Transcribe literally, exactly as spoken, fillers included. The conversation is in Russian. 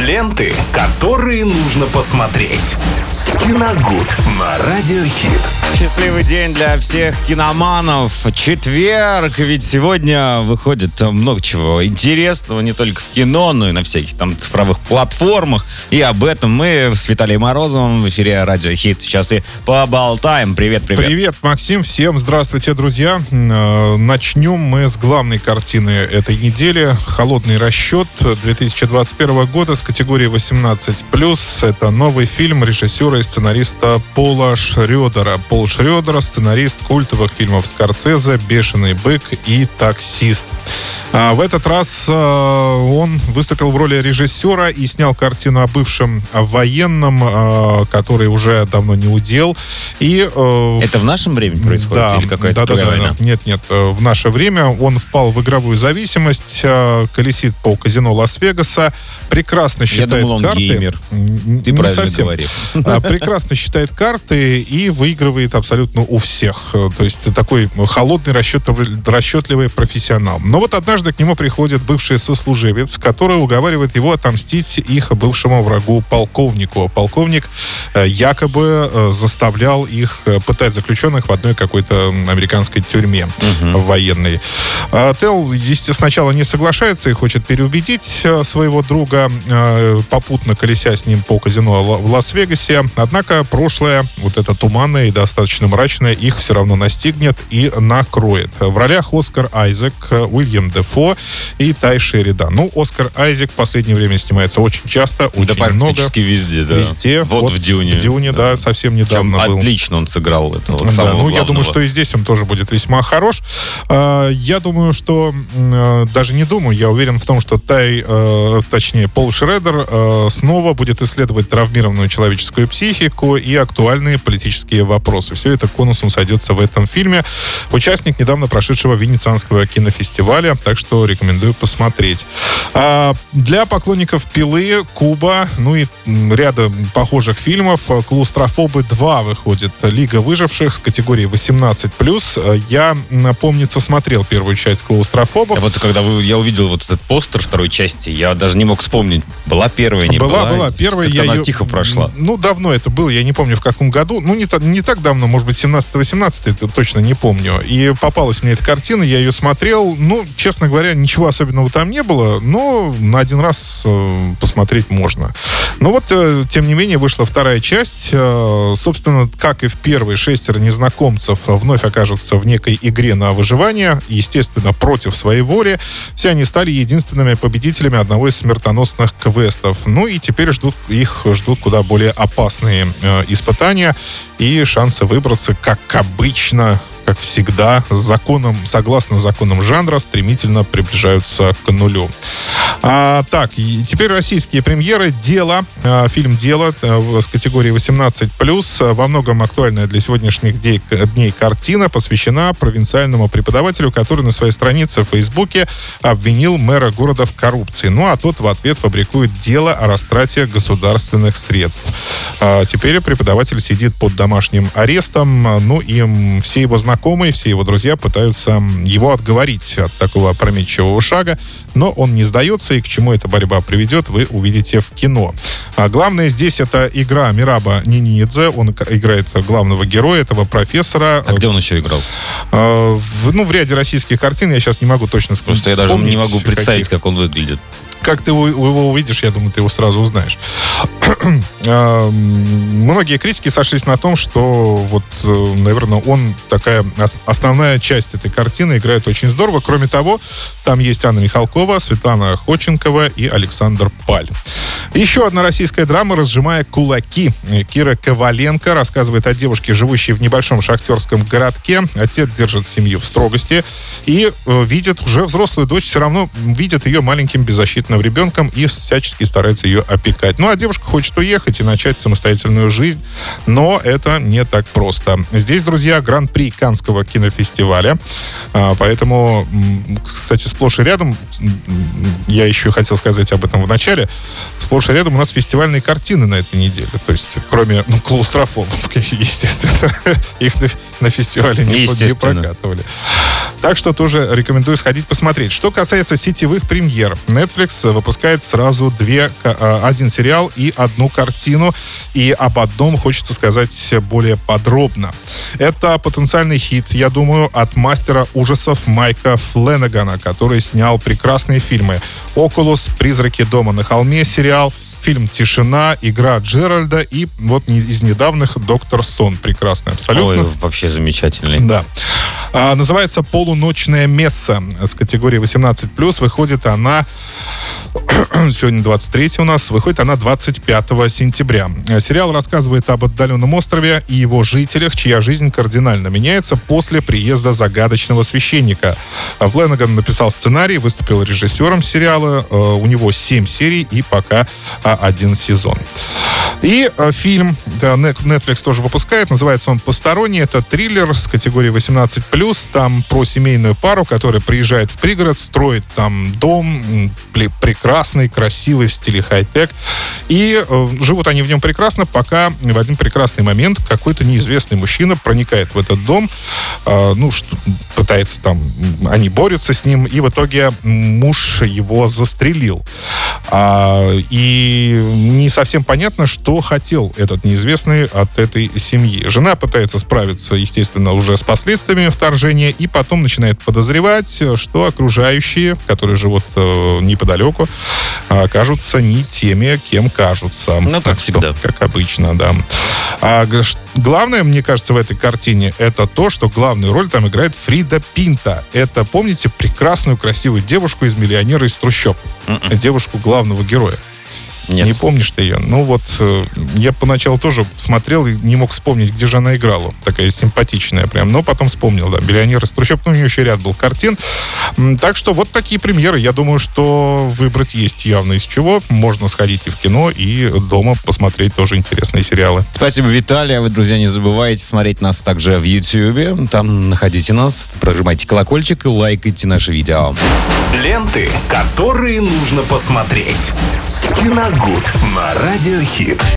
Ленты, которые нужно посмотреть. Киногуд на Радиохит. Счастливый день для всех киноманов. Четверг, ведь сегодня выходит много чего интересного, не только в кино, но и на всяких там цифровых платформах. И об этом мы с Виталием Морозовым в эфире Радиохит сейчас и поболтаем. Привет, привет. Привет, Максим. Всем здравствуйте, друзья. Начнем мы с главной картины этой недели. «Холодный расчет» две тысячи двадцать первого года с категории восемнадцать плюс. Это новый фильм режиссера и сценариста Пола Шрёдера. Пол Шрёдер — сценарист культовых фильмов Скорсезе, «Бешеный бык» и «Таксист». А в этот раз а, он выступил в роли режиссера и снял картину о бывшем военном, а, который уже давно не удел. И, а, Это в нашем времени происходит? Да, или какая-то да, другая да, война? Да. Нет, нет, в наше время он впал в игровую зависимость, а, колесит по казино Лас-Вегаса, прекрасно считает карты. Я думал, он карты. геймер. Ты Не правильно совсем. говоришь. Прекрасно считает карты и выигрывает абсолютно у всех. То есть такой холодный, расчетливый, расчетливый профессионал. Но вот однажды к нему приходит бывший сослуживец, который уговаривает его отомстить их бывшему врагу полковнику. Полковник якобы заставлял их пытать заключенных в одной какой-то американской тюрьме угу. военной. Тел, естественно, сначала не соглашается и хочет переубедить своего друга, попутно колеся с ним по казино в Лас-Вегасе. Однако прошлое, вот это туманное и достаточно мрачное, их все равно настигнет и накроет. В ролях Оскар Айзек, Уильям Дефо и Тай Шеридан. Ну, Оскар Айзек в последнее время снимается очень часто, очень да, много. практически везде, да. Везде. Вот, вот в Дюне. В Дюне, да, да совсем недавно Причем был. Отлично он сыграл этого да, самого ну, главного. Я думаю, что и здесь он тоже будет весьма хорош. Я думаю, что... Даже не думаю, я уверен в том, что Тай, точнее, Пол Шредер снова будет исследовать травмированную человеческую психику и актуальные политические вопросы. Все это конусом сойдется в этом фильме. Участник недавно прошедшего Венецианского кинофестиваля, так что рекомендую посмотреть. А для поклонников «Пилы», «Куба», ну и ряда похожих фильмов, «Клаустрофобы два» выходит. «Лига выживших» с категории восемнадцать плюс. Я, помнится, смотрел первую часть «Клаустрофобов». А вот когда вы, я увидел вот этот постер второй части, я даже не мог вспомнить, была первая, не была? Была, была. Первая, я она ее... тихо прошла. Ну, давно это было, я не помню в каком году. Ну, не, не так давно, может быть, семнадцатый-восемнадцатый, это точно не помню. И попалась мне эта картина, я ее смотрел. Ну, честно говоря, ничего особенного там не было, но на один раз э, посмотреть можно. Но вот, э, тем не менее, вышла вторая часть. Э, собственно, как и в первой, шестеро незнакомцев вновь окажутся в некой игре на выживание, естественно, против своей воли. Все они стали единственными победителями одного из смертоносных квестов. Ну и теперь ждут, их ждут куда более опасные э, испытания и шансы выбраться, как обычно, как всегда, законом, согласно законам жанра, стремительно приближаются к нулю. А, так, и теперь российские премьеры. «Дело», а, фильм «Дело» а, с категории восемнадцать плюс. А, во многом актуальная для сегодняшних дней, дней картина посвящена провинциальному преподавателю, который на своей странице в Фейсбуке обвинил мэра города в коррупции. Ну, а тот в ответ фабрикует дело о растрате государственных средств. А, теперь преподаватель сидит под домашним арестом, ну, и все его знакомые, все его друзья пытаются его отговорить от такого опрометчивого шага, но он не сдается, и к чему эта борьба приведет, вы увидите в кино. А главное здесь это игра Мираба Ниниидзе. Он играет главного героя, этого профессора. А где он еще играл? А, в, ну, в ряде российских картин, я сейчас не могу точно сказать. Просто я даже не могу представить, каких. Как он выглядит. Как ты его увидишь, я думаю, ты его сразу узнаешь. Многие критики сошлись на том, что вот, наверное, он такая основная часть этой картины, играет очень здорово. Кроме того, там есть Анна Михалкова, Светлана Ходченкова и Александр Паль. Еще одна российская драма «Разжимая кулаки». Кира Коваленко рассказывает о девушке, живущей в небольшом шахтерском городке. Отец держит семью в строгости и э, видит уже взрослую дочь, все равно видит ее маленьким беззащитным ребенком и всячески старается ее опекать. Ну, а девушка хочет уехать и начать самостоятельную жизнь, но это не так просто. Здесь, друзья, гран-при Каннского кинофестиваля, а, поэтому, кстати, сплошь и рядом, я еще хотел сказать об этом в начале, сплошь Сплошь и рядом у нас фестивальные картины на этой неделе. То есть, кроме ну, клаустрофобов, естественно, их на, на фестивале не, не прокатывали. Так что тоже рекомендую сходить посмотреть. Что касается сетевых премьер, Netflix выпускает сразу две, один сериал и одну картину. И об одном хочется сказать более подробно. Это потенциальный хит, я думаю, от мастера ужасов Майка Фленнегана, который снял прекрасные фильмы «Окулус», «Призраки дома на холме» сериал, фильм «Тишина», «Игра Джеральда» и вот из недавних «Доктор Сон». Прекрасный абсолютно. Ой, вообще замечательный. Да. А, называется «Полуночная месса». С категории восемнадцать плюс. Выходит она... Сегодня двадцать третье у нас. Выходит она двадцать пятого сентября. Сериал рассказывает об отдаленном острове и его жителях, чья жизнь кардинально меняется после приезда загадочного священника. Фленнеган написал сценарий, выступил режиссером сериала. У него семь серий и пока один сезон. И фильм Netflix тоже выпускает. Называется он «Посторонний». Это триллер с категории восемнадцать плюс. Там про семейную пару, которая приезжает в пригород, строит там дом прекрасный, красивый, в стиле хай-тек. И э, живут они в нем прекрасно, пока в один прекрасный момент какой-то неизвестный мужчина проникает в этот дом, э, ну, что, пытается там, они борются с ним, и в итоге муж его застрелил. А, и не совсем понятно, что хотел этот неизвестный от этой семьи. Жена пытается справиться, естественно, уже с последствиями вторжения, и потом начинает подозревать, что окружающие, которые живут э, неподалеку, окажутся не теми, кем кажутся. Ну, так, так всегда. Что, как обычно, да. А, главное, мне кажется, в этой картине это то, что главную роль там играет Фрида Пинто. Это, помните, прекрасную, красивую девушку из «Миллионера из трущоб». Mm-mm. Девушку главного героя. Нет. Не помнишь ты ее? Ну вот, я поначалу тоже смотрел и не мог вспомнить, где же она играла. Такая симпатичная прям. Но потом вспомнил, да, «Миллионер из трущоб». Ну, у нее еще ряд был картин. Так что вот такие премьеры. Я думаю, что выбрать есть явно из чего. Можно сходить и в кино, и дома посмотреть тоже интересные сериалы. Спасибо, Виталий. А вы, друзья, не забывайте смотреть нас также в Ютьюбе. Там находите нас, прожимайте колокольчик и лайкайте наши видео. Ленты, которые нужно посмотреть. Киногуд на Радиохит.